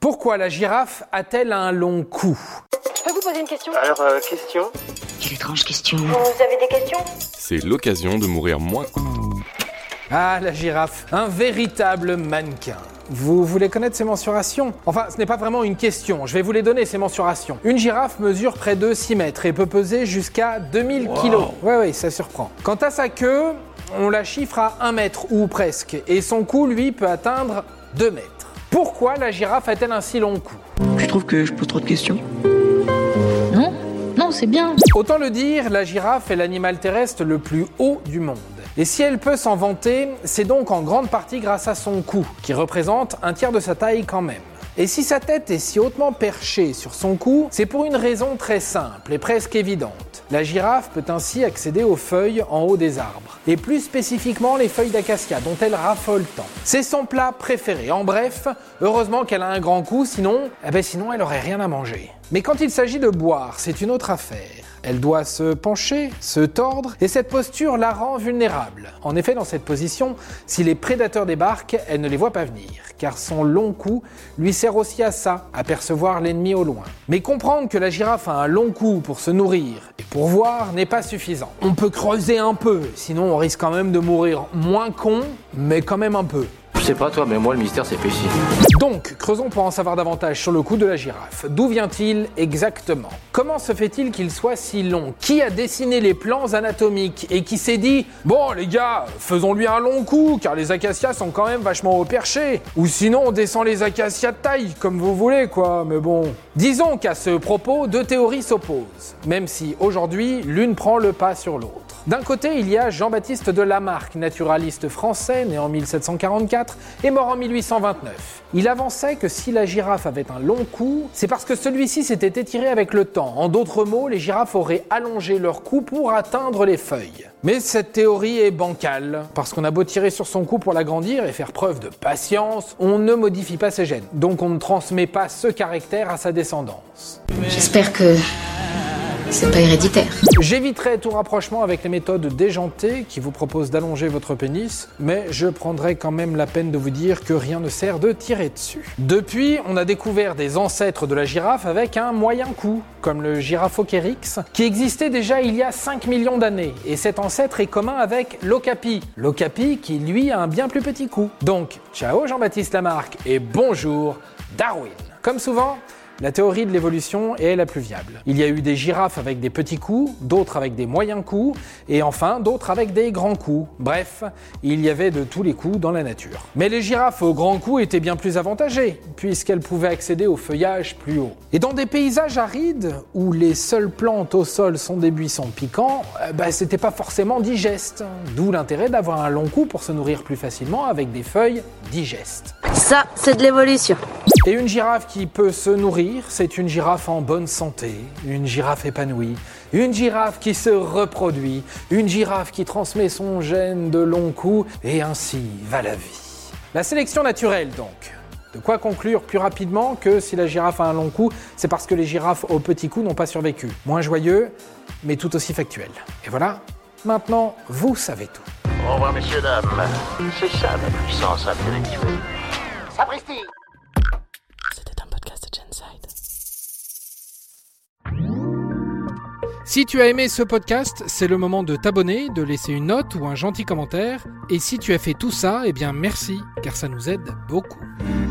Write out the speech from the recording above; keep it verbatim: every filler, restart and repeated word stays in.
Pourquoi la girafe a-t-elle un long cou ? Je peux vous poser une question ? Alors, euh, question ? Quelle étrange question. Vous avez des questions ? C'est l'occasion de mourir moins. Ah, la girafe, un véritable mannequin. Vous voulez connaître ses mensurations ? Enfin, ce n'est pas vraiment une question, je vais vous les donner, ces mensurations. Une girafe mesure près de six mètres et peut peser jusqu'à deux mille kilos. Ouais, ouais, ça surprend. Quant à sa queue, on la chiffre à un mètre ou presque, et son cou, lui, peut atteindre deux mètres. Pourquoi la girafe a-t-elle un si long cou ? Je trouve que je pose trop de questions. Non, non, c'est bien. Autant le dire, la girafe est l'animal terrestre le plus haut du monde. Et si elle peut s'en vanter, c'est donc en grande partie grâce à son cou, qui représente un tiers de sa taille quand même. Et si sa tête est si hautement perchée sur son cou, c'est pour une raison très simple et presque évidente. La girafe peut ainsi accéder aux feuilles en haut des arbres, et plus spécifiquement les feuilles d'acacia dont elle raffole tant. C'est son plat préféré. En bref, heureusement qu'elle a un grand cou, sinon, eh ben sinon elle aurait rien à manger. Mais quand il s'agit de boire, c'est une autre affaire. Elle doit se pencher, se tordre, et cette posture la rend vulnérable. En effet, dans cette position, si les prédateurs débarquent, elle ne les voit pas venir, car son long cou lui sert aussi à ça, à percevoir l'ennemi au loin. Mais comprendre que la girafe a un long cou pour se nourrir et pour voir n'est pas suffisant. On peut creuser un peu, sinon on risque quand même de mourir moins con, mais quand même un peu. Je sais pas toi, mais moi le mystère c'est fait ici. Donc, creusons pour en savoir davantage sur le cou de la girafe. D'où vient-il exactement ? Comment se fait-il qu'il soit si long ? Qui a dessiné les plans anatomiques et qui s'est dit « Bon les gars, faisons-lui un long cou, car les acacias sont quand même vachement haut perchés. Ou sinon on descend les acacias de taille, comme vous voulez quoi, mais bon... » Disons qu'à ce propos, deux théories s'opposent, même si aujourd'hui, l'une prend le pas sur l'autre. D'un côté, il y a Jean-Baptiste de Lamarck, naturaliste français, né en mille sept cent quarante-quatre et mort en mille huit cent vingt-neuf. Il avançait que si la girafe avait un long cou, c'est parce que celui-ci s'était étiré avec le temps. En d'autres mots, les girafes auraient allongé leur cou pour atteindre les feuilles. Mais cette théorie est bancale, parce qu'on a beau tirer sur son cou pour l'agrandir et faire preuve de patience, on ne modifie pas ses gènes. Donc on ne transmet pas ce caractère à sa descendance. J'espère que c'est pas héréditaire. J'éviterai tout rapprochement avec les méthodes déjantées qui vous proposent d'allonger votre pénis, mais je prendrai quand même la peine de vous dire que rien ne sert de tirer dessus. Depuis, on a découvert des ancêtres de la girafe avec un moyen cou, comme le Girafocairix, qui existait déjà il y a cinq millions d'années, et cet ancêtre est commun avec l'okapi. L'okapi qui, lui, a un bien plus petit cou. Donc, ciao Jean-Baptiste Lamarck, et bonjour Darwin. Comme souvent, la théorie de l'évolution est la plus viable. Il y a eu des girafes avec des petits coups, d'autres avec des moyens coups, et enfin d'autres avec des grands coups. Bref, il y avait de tous les coups dans la nature. Mais les girafes aux grands coups étaient bien plus avantagées, puisqu'elles pouvaient accéder au feuillage plus haut. Et dans des paysages arides, où les seules plantes au sol sont des buissons piquants, euh, bah, c'était pas forcément digeste. D'où l'intérêt d'avoir un long cou pour se nourrir plus facilement avec des feuilles digestes. Ça, c'est de l'évolution. Et une girafe qui peut se nourrir, c'est une girafe en bonne santé, une girafe épanouie, une girafe qui se reproduit, une girafe qui transmet son gène de long cou, et ainsi va la vie. La sélection naturelle donc. De quoi conclure plus rapidement que si la girafe a un long cou, c'est parce que les girafes au petit cou n'ont pas survécu. Moins joyeux, mais tout aussi factuel. Et voilà, maintenant, vous savez tout. Au revoir messieurs, dames. C'est ça la puissance intellectuelle. Sapristi! C'était un podcast de Genside. Si tu as aimé ce podcast, c'est le moment de t'abonner, de laisser une note ou un gentil commentaire. Et si tu as fait tout ça, eh bien merci, car ça nous aide beaucoup.